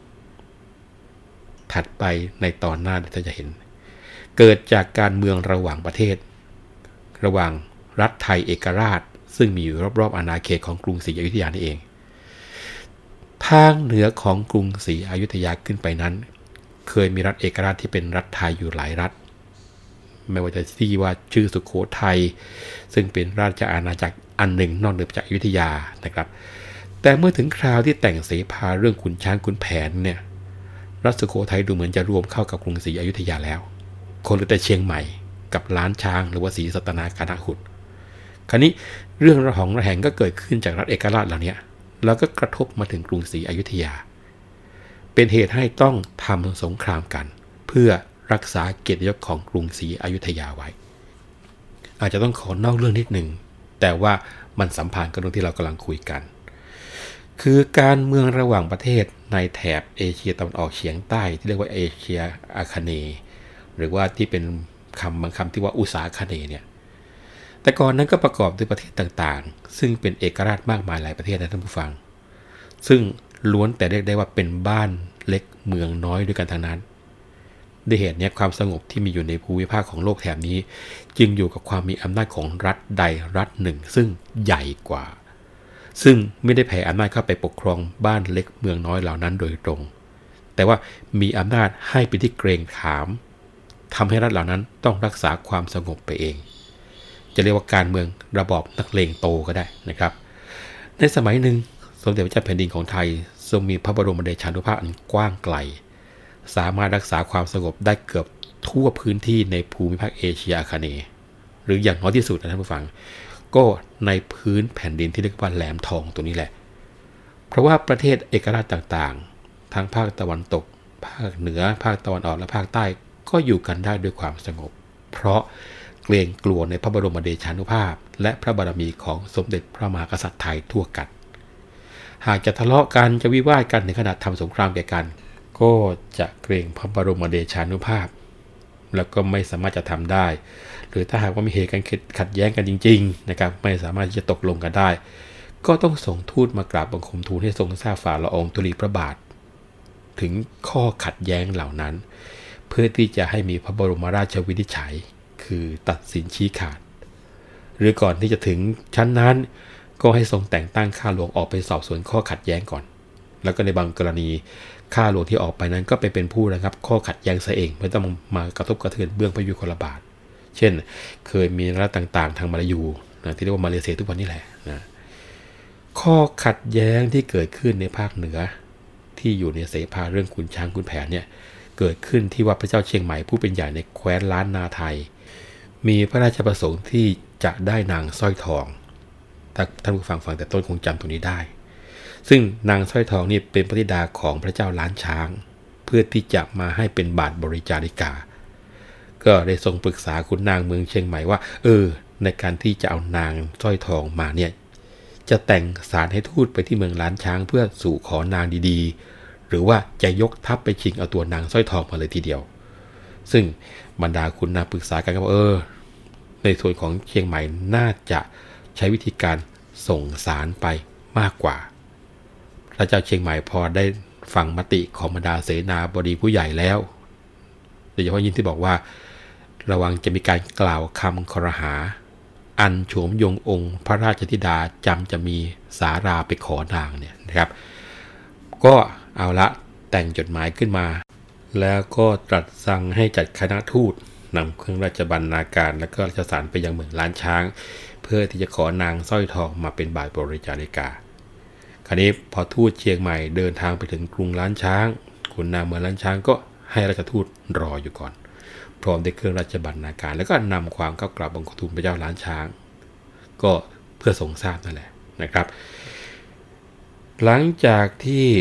ถัดไปในตอนหน้าท่านจะเห็นเกิดจากการเมืองระหว่างประเทศระหว่างรัฐไทยเอกราชซึ่งมีอยู่รอบๆอาณาเขตของกรุงศรีอยุธยานี่เองทางเหนือของกรุงศรีอยุธยาขึ้นไปนั้นเคยมีรัฐเอกราชที่เป็นรัฐไทยอยู่หลายรัฐไม่ว่าจะที่ว่าชื่อสุโขทัยซึ่งเป็นราชอาณาจักรอันหนึ่งนอกเหนือจากอยุธยานะครับแต่เมื่อถึงคราวที่แต่งเสภาเรื่องขุนช้างขุนแผนเนี่ยรัฐสุโขทัยดูเหมือนจะรวมเข้ากับกรุงศรีอยุธยาแล้วคนเหลือแต่เชียงใหม่กับล้านช้างหรือว่าศรีสัตนาคณหุดคราวนี้เรื่องระหองระแหงก็เกิดขึ้นจากรัฐเอกราชเหล่านี้แล้วก็กระทบมาถึงกรุงศรีอยุธยาเป็นเหตุให้ต้องทำสงครามกันเพื่อรักษาเกียรติยศของกรุงศรีอยุธยาไว้อาจจะต้องขอนอกเรื่องนิดหนึ่งแต่ว่ามันสัมพันธ์กับเรื่องที่เรากำลังคุยกันคือการเมืองระหว่างประเทศในแถบเอเชียตะวันออกเฉียงใต้ที่เรียกว่าเอเชียอาคเนย์หรือว่าที่เป็นคำบางคำที่ว่าอุษาคเนย์เนี่ยแต่ก่อนนั้นก็ประกอบด้วยประเทศต่างๆซึ่งเป็นเอกราชมากมายหลายประเทศนะท่านผู้ฟังซึ่งล้วนแต่เรียกได้ว่าเป็นบ้านเล็กเมืองน้อยด้วยกันทั้งนั้นด้วยเหตุนี้ความสงบที่มีอยู่ในภูมิภาคของโลกแถบนี้จึงอยู่กับความมีอำนาจของรัฐใดรัฐหนึ่งซึ่งใหญ่กว่าซึ่งไม่ได้แผ่อำนาจเข้าไปปกครองบ้านเล็กเมืองน้อยเหล่านั้นโดยตรงแต่ว่ามีอำนาจให้เป็นที่เกรงขามทำให้รัฐเหล่านั้นต้องรักษาความสงบไปเองจะเรียกว่าการเมืองระบอบนักเลงโตก็ได้นะครับในสมัยหนึ่งสมเด็จพระเจ้าแผ่นดินของไทยทรงมีพระบรมเดชานุภาพอันกว้างไกลสามารถรักษาความสงบได้เกือบทั่วพื้นที่ในภูมิภาคเอเชียอาคเนย์หรืออย่างน้อยที่สุดนะท่านผู้ฟังก็ในพื้นแผ่นดินที่เรียกว่าแหลมทองตัวนี้แหละเพราะว่าประเทศเอกราชต่างๆทั้งภาคตะวันตกภาคเหนือภาคตะวันออกและภาคใต้ก็อยู่กันได้ด้วยความสงบเพราะเกรงกลัวในพระบรมเดชานุภาพและพระบารมีของสมเด็จพระมหากษัตริย์ไทยทั่วกันหากจะทะเลาะกันจะวิวาทกันถึงขนาดทำสงครามแก่กันก็จะเกรงพระบรมเดชานุภาพแล้วก็ไม่สามารถจะทำได้หรือถ้าหากว่ามีเหตุการณ์ขัดแย้งกันจริงๆนะครับไม่สามารถที่จะตกลงกันได้ก็ต้องส่งทูตมากราบบังคมทูลให้ทรงทราบฝ่าละอองธุลีพระบาทถึงข้อขัดแย้งเหล่านั้นเพื่อที่จะให้มีพระบรมราชวินิจฉัยคือตัดสินชี้ขาดหรือก่อนที่จะถึงชั้นนั้นก็ให้ทรงแต่งตั้งข้าหลวงออกไปสอบสวนข้อขัดแย้งก่อนแล้วก็ในบางกรณีข้าหลวงที่ออกไปนั้นก็ไปเป็นผู้ระงับข้อขัดแย้งซะเองไม่ต้องมากระทบกระเทือนเบื้องพระยุคลบาทเช่นเคยมีรัฐต่างๆทางมาลายูนะที่เรียกว่ามาเลเซียทุกวันนี้แหละนะข้อขัดแย้งที่เกิดขึ้นในภาคเหนือที่อยู่ในเสภาเรื่องขุนช้างขุนแผนเนี่ยเกิดขึ้นที่ว่าพระเจ้าเชียงใหม่ผู้เป็นใหญ่ในแคว้นล้านนาไทยมีพระราชประสงค์ที่จะได้นางสร้อยทองถ้าท่านผู้ฟังฟังแต่ต้นคงจำตรงนี้ได้ซึ่งนางสร้อยทองนี่เป็นพระธิดาของพระเจ้าล้านช้างเพื่อที่จะมาให้เป็นบาทบริจาริกาก็ได้ทรงปรึกษาขุนนางเมืองเชียงใหม่ว่าเออในการที่จะเอานางสร้อยทองมาเนี่ยจะแต่งสารให้ทูตไปที่เมืองล้านช้างเพื่อสู่ขอนางดีๆหรือว่าจะยกทัพไปชิงเอาตัวนางสร้อยทองมาเลยทีเดียวซึ่งบรรดาขุนนางปรึกษากันว่าเออในส่วนของเชียงใหม่น่าจะใช้วิธีการส่งสารไปมากกว่าพระเจ้าเชียงใหม่พอได้ฟังมติของบรรดาเสนาบดีผู้ใหญ่แล้วโดยเฉพาะยิ่งที่บอกว่าระวังจะมีการกล่าวคำครหาอันโฉมยงองค์พระราชธิดาจำจะมีสาราไปขอนางเนี่ยนะครับก็เอาละแต่งจดหมายขึ้นมาแล้วก็ตรัสสั่งให้จัดคณะทูตนำเครื่องราชบรรณาการและก็ราชสารไปยังเมืองล้านช้างเพื่อที่จะขอนางสร้อยทองมาเป็นบาทบริจาริกาคราวนี้พอทูตเชียงใหม่เดินทางไปถึงกรุงล้านช้างขุนนางเมืองล้านช้างก็ให้ราชทูตรออยู่ก่อนพร้อมด้วยเครื่องราชบรรณาการแล้วก็นำความเข้ากราบบังคมทูลพระเจ้าล้านช้างก็เพื่อทรงทราบนั่นแหละนะครับหลังจากที่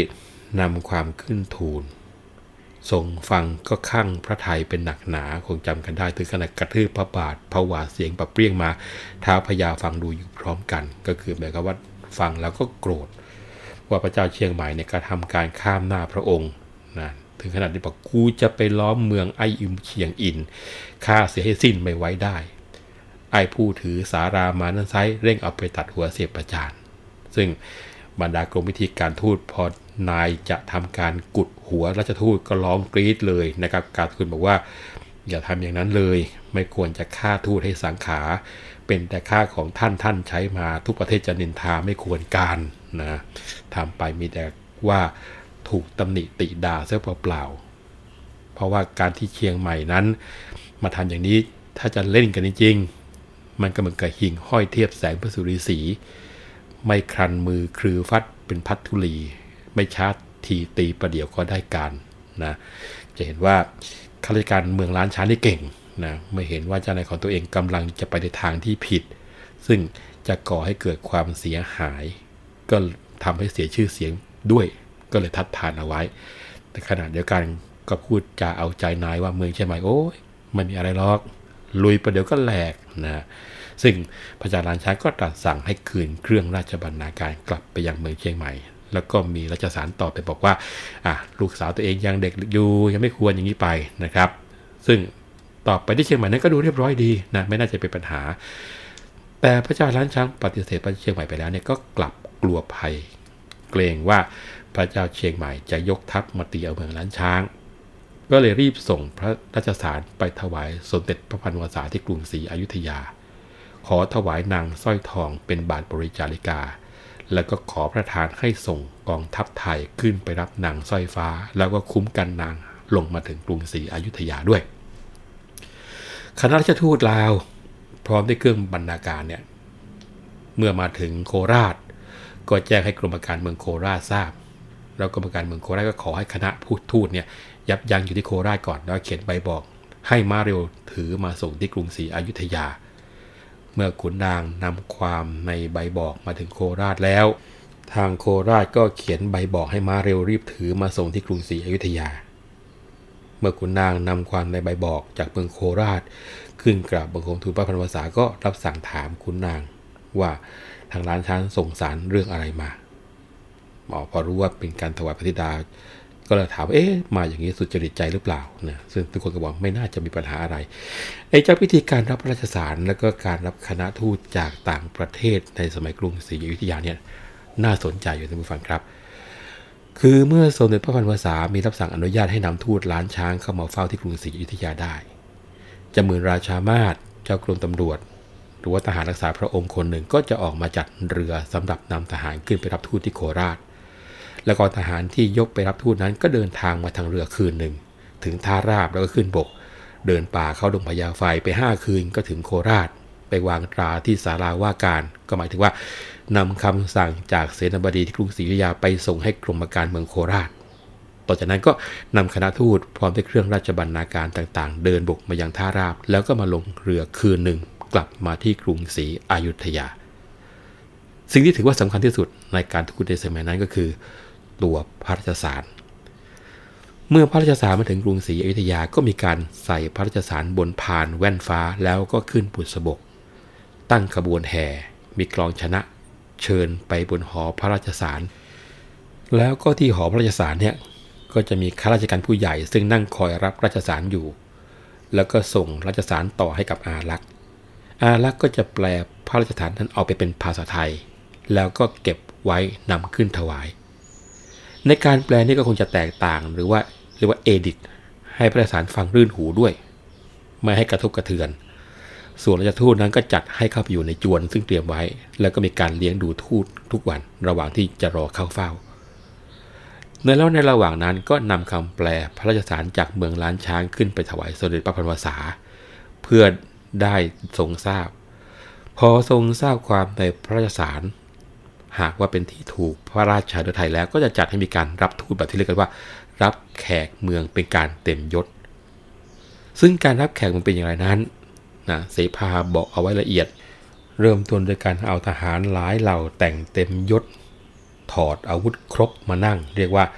นำความขึ้นทูลทรงฟังก็คั่งพระทัยเป็นหนักหนาคงจำกันได้ถึงขนาดกระทืบพระบาทผวาเสียงปะเปรี้ยงมาท้าวพญาฟังดูอยู่พร้อมกันก็คือหมายความว่าฟังแล้วก็โกรธว่าพระเจ้าเชียงใหม่เนี่ยกระทำการข้ามหน้าพระองค์นะถึงขนาดที่บอกกูจะไปล้อมเมืองไออิมเชียงอินฆ่าเสียให้สิ้นไม่ไว้ได้ไอผู้ถือสารามานั้นไซเร่งเอาไปตัดหัวเสียประจานซึ่งบรรดากรมวิธีการทูตพอนายจะทำการกุดหัวราชทูตก็ร้องกรี๊ดเลยนะครับการทูตบอกว่าอย่าทำอย่างนั้นเลยไม่ควรจะฆ่าทูตให้สังขาเป็นแต่ค่าของท่านท่านใช้มาทุกประเทศจะนินทาไม่ควรการนะทำไปมีแต่ว่าถูกตำหนิติด่าเสียเปล่าๆเพราะว่าการที่เชียงใหม่นั้นมาทำอย่างนี้ถ้าจะเล่นกันจริงๆมันก็เหมือนกับหิ่งห้อยเทียบแสงพระสุริศรีไม่ครันมือครือฟัดเป็นพัทธุลีไม่ชาร์จทีตีประเดี๋ยวก็ได้การนะจะเห็นว่าข้าราชการเมืองล้านช้างนี่เก่งนะไม่เห็นว่าเจ้านายของตัวเองกำลังจะไปในทางที่ผิดซึ่งจะก่อให้เกิดความเสียหายก็ทำให้เสียชื่อเสียงด้วยก็เลยทัดทานเอาไว้แต่ขณะเดียวกันก็พูดจะเอาใจนายว่าเมืองเชียงใหม่โอ้ยไม่มีอะไรหรอกลุยประเดี๋ยวก็แหลกนะซึ่งพระเจ้าล้านช้างก็ตรัสสั่งให้คืนเครื่องราชบรรณาการกลับไปยังเมืองเชียงใหม่แล้วก็มีราชสารต่อไปบอกว่าอ่ะลูกสาวตัวเองยังเด็กอยู่ยังไม่ควรอย่างนี้ไปนะครับซึ่งต่อไปที่เชียงใหม่นั้นก็ดูเรียบร้อยดีนะไม่น่าจะเป็นปัญหาแต่พระเจ้าล้านช้างปฏิเสธพระเชียงใหม่ไปแล้วเนี่ยก็กลับกลัวภัยเกรงว่าพระเจ้าเชียงใหม่จะยกทัพมาตีเอาเมืองล้านช้างก็เลยรีบส่งพระราชสารไปถวายสมเด็จพระพันวษาที่กรุงศรีอยุธยาขอถวายนางสร้อยทองเป็นบาทบริจาริกาแล้วก็ขอประทานให้ส่งกองทัพไทยขึ้นไปรับนางสร้อยฟ้าแล้วก็คุ้มกันนางลงมาถึงกรุงศรีอยุธยาด้วยคณะราชทูตลาวพร้อมด้วยเครื่องบรรณาการเนี่ยเมื่อมาถึงโคราชก็แจ้งให้กรมการเมืองโคราชทราบแล้วกรมการเมืองโคราชก็ขอให้คณะผู้ทูตเนี่ยยับยั้งอยู่ที่โคราชก่อนแล้วเขียนใบบอกให้มาเร็วถือมาส่งที่กรุงศรีอยุธยาเมื่อขุนนางนำความในใบบอกมาถึงโคราชแล้วทางโคราชก็เขียนใบบอกให้ม้าเร็วรีบถือมาส่งที่กรุงศรีอยุธยาเมื่อขุนนางนำความในใบบอกจากเมืองโคราชขึ้นกราบบังคมทูลพระพันวษาก็รับสั่งถามขุนนางว่าทางล้านช้างส่งสารเรื่องอะไรมาหมอพอรู้ว่าเป็นการถวายพระธิดาก็เลยถามเอ๊ะมาอย่างนี้สุจริตใจหรือเปล่านะซึ่งทุกคนก็บอกไม่น่าจะมีปัญหาอะไรไอ้เจ้าพิธีการรับพระราชสารแล้วก็การรับคณะทูตจากต่างประเทศในสมัยกรุงศรีอยุธยาเนี่ยน่าสนใจอยู่ท่านผู้ฟังครับคือเมื่อสมเด็จพระพันวษามีรับสั่งอนุญาตให้นำทูตล้านช้างเข้ามาเฝ้าที่กรุงศรีอยุธยาได้จมื่นราชามาศเจ้ากรมตำรวจหรือว่าทหารรักษาพระองค์คนหนึ่งก็จะออกมาจัดเรือสำหรับนำทหารขึ้นไปรับทูตที่โคราชแล้วก็ทหารที่ยกไปรับทูตนั้นก็เดินทางมาทางเรือคืนหนึ่งถึงท่าราบแล้วก็ขึ้นบกเดินป่าเข้าดงพญาไฟไปห้าคืนก็ถึงโคราชไปวางตราที่ศาลาว่าการก็หมายถึงว่านำคำสั่งจากเสนาบดีที่กรุงศรีอยุธยาไปส่งให้กรมการเมืองโคราชต่อจากนั้นก็นำคณะทูตพร้อมด้วยเครื่องราชบรรณาการต่างๆเดินบกมายังท่าราบแล้วก็มาลงเรือคืนหนึ่งกลับมาที่กรุงศรีอยุธยาสิ่งที่ถือว่าสำคัญที่สุดในการทูตในสมัยนั้นก็คือตัวพระราชสารเมื่อพระราชสารมาถึงกรุงศรีอยุธยาก็มีการใส่พระราชสารบนพานแว่นฟ้าแล้วก็ขึ้นบุษบกตั้งขบวนแห่มีกลองชนะเชิญไปบนหอพระราชสารแล้วก็ที่หอพระราชสารเนี่ยก็จะมีข้าราชการผู้ใหญ่ซึ่งนั่งคอยรับราชสารอยู่แล้วก็ส่งราชสารต่อให้กับอารักษ์อารักษ์ก็จะแปลพระราชสารนั้นเอาไปเป็นภาษาไทยแล้วก็เก็บไว้นำขึ้นถวายในการแปลนี่ก็คงจะแตกต่างหรือว่าเรียกว่าเอดิตให้พระราชสารฟังรื่นหูด้วยไม่ให้กระทบกระเทือนส่วนราชทูตนั้นก็จัดให้เข้าไปอยู่ในจวนซึ่งเตรียมไว้แล้วก็มีการเลี้ยงดูทูตทุกวันระหว่างที่จะรอเข้าเฝ้าในแล้วในระหว่างนั้นก็นำคำแปลพระราชสารจากเมืองล้านช้างขึ้นไปถวายสมเด็จพระพันวษาเพื่อได้ทรงทราบพอทรงทราบความในพระราชสารหากว่าเป็นที่ถูกพระราชาฤทัยแล้วก็จะจัดให้มีการรับทูตแบบที่เรียกกันว่ารับแขกเมืองเป็นการเต็มยศซึ่งการรับแขกมันเป็นอย่างไรนั้นนะเสภาบอกเอาไว้ละเอียดเริ่มต้นโดยการเอาทหารหลายเหล่าแต่งเต็มยศถอดอาวุธครบมานั่งเรียกว่า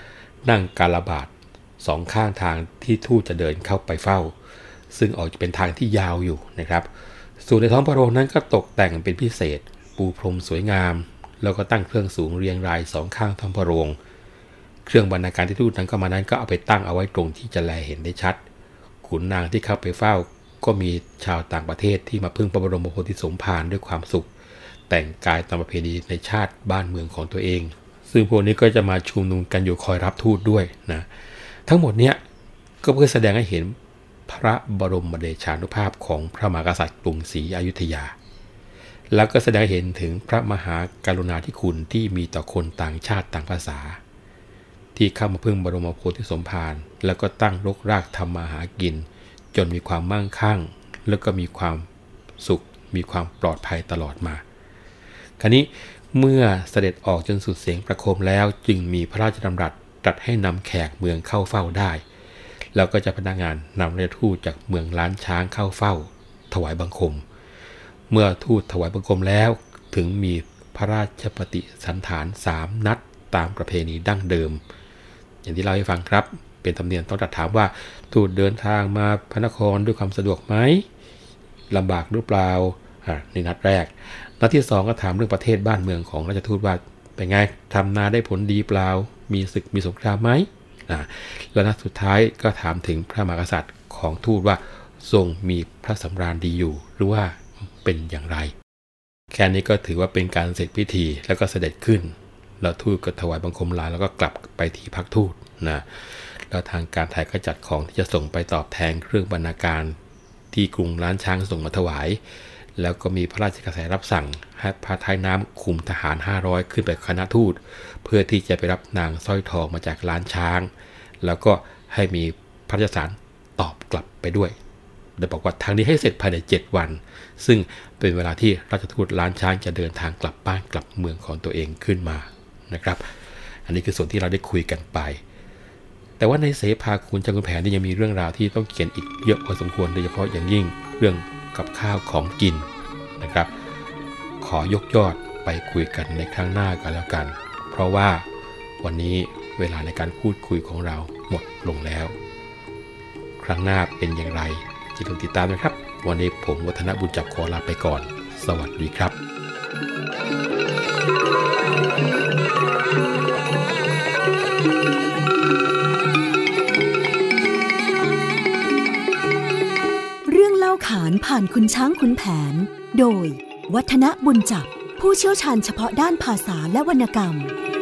นั่งกาลบาทสองข้างทางที่ทูตจะเดินเข้าไปเฝ้าซึ่งออกจะเป็นทางที่ยาวอยู่นะครับส่วนในท้องพระโรงนั้นก็ตกแต่งเป็นพิเศษปูพรมสวยงามแล้วก็ตั้งเครื่องสูงเรียงรายสองข้างท้องพระโรงเครื่องบรรณาการที่ทูตนั้นก็มานั้นก็เอาไปตั้งเอาไว้ตรงที่จะแลเห็นได้ชัดขุนนางที่เข้าไปเฝ้าก็มีชาวต่างประเทศที่มาพึ่งพระบรมโพธิสมภารด้วยความสุขแต่งกายตามประเพณีในชาติบ้านเมืองของตัวเองซึ่งพวกนี้ก็จะมาชุมนุมกันอยู่คอยรับทูตด้วยนะทั้งหมดเนี้ยก็เพื่อแสดงให้เห็นพระบรมเดชานุภาพของพระมหากษัตริย์กรุงศรีอยุธยาแล้วก็แสดงให้เห็นถึงพระมหากรุณาธิคุณที่มีต่อคนต่างชาติต่างภาษาที่เข้ามาพึ่งบรมโพธิสมภารแล้วก็ตั้งรกรากทำมาหากินจนมีความมั่งคั่งแล้วก็มีความสุขมีความปลอดภัยตลอดมาคราวนี้เมื่อเสด็จออกจนสุดเสียงประโคมแล้วจึงมีพระราชดำรัสตรัสให้นำแขกเมืองเข้าเฝ้าได้แล้วก็จะพนักงานนำเรือทูตจากเมืองล้านช้างเข้าเฝ้าถวายบังคมเมื่อทูตถวายบังคมแล้วถึงมีพระราชปฏิสันถานสามนัดตามประเพณีดั้งเดิมอย่างที่เล่าให้ฟังครับเป็นธรรมเนียมต้องตรัสถามว่าทูตเดินทางมาพระนครด้วยความสะดวกไหมลำบากหรือเปล่าอ่าในนัดแรกนัดที่สองก็ถามเรื่องประเทศบ้านเมืองของราชทูตว่าเป็นไงทำนาได้ผลดีเปล่ามีศึกมีสงครามไหมอ่าแล้วนัดสุดท้ายก็ถามถึงพระมหากษัตริย์ของทูตว่าทรงมีพระสำราญดีอยู่หรือว่าเป็นอย่างไรแค่นี้ก็ถือว่าเป็นการเสร็จพิธีแล้วก็เสด็จขึ้นแล้วทูตก็ถวายบังคมลาแล้วก็กลับไปที่พักทูตนะแล้วทางการไทยก็จัดของที่จะส่งไปตอบแทนเครื่องบรรณาการที่กรุงล้านช้างส่งมาถวายแล้วก็มีพระราชกระแสรับสั่งให้พระท้ายน้ำคุมทหารห้าร้อยขึ้นไปคณะทูตเพื่อที่จะไปรับนางสร้อยทองมาจากล้านช้างแล้วก็ให้มีพระราชสารตอบกลับไปด้วยโดยบอกว่าทางนี้ให้เสร็จภายในเจ็ดวันซึ่งเป็นเวลาที่ราชทูตล้านช้างจะเดินทางกลับบ้านกลับเมืองของตัวเองขึ้นมานะครับอันนี้คือส่วนที่เราได้คุยกันไปแต่ว่าในเสภาคุณจังคุณแผนนี่ยังมีเรื่องราวที่ต้องเขียนอีกเยอะพอสมควรโดยเฉพาะอย่างยิ่งเรื่องกับข้าวของกินนะครับขอยกยอดไปคุยกันในครั้งหน้ากันแล้วกันเพราะว่าวันนี้เวลาในการพูดคุยของเราหมดลงแล้วครั้งหน้าเป็นอย่างไรอย่าลืมติดตามนะครับวันนี้ผมวัฒนบุญจับขอลาไปก่อนสวัสดีครับเรื่องเล่าขานผ่านคุณช้างขุนแผนโดยวัฒนบุญจับผู้เชี่ยวชาญเฉพาะด้านภาษาและวรรณกรรม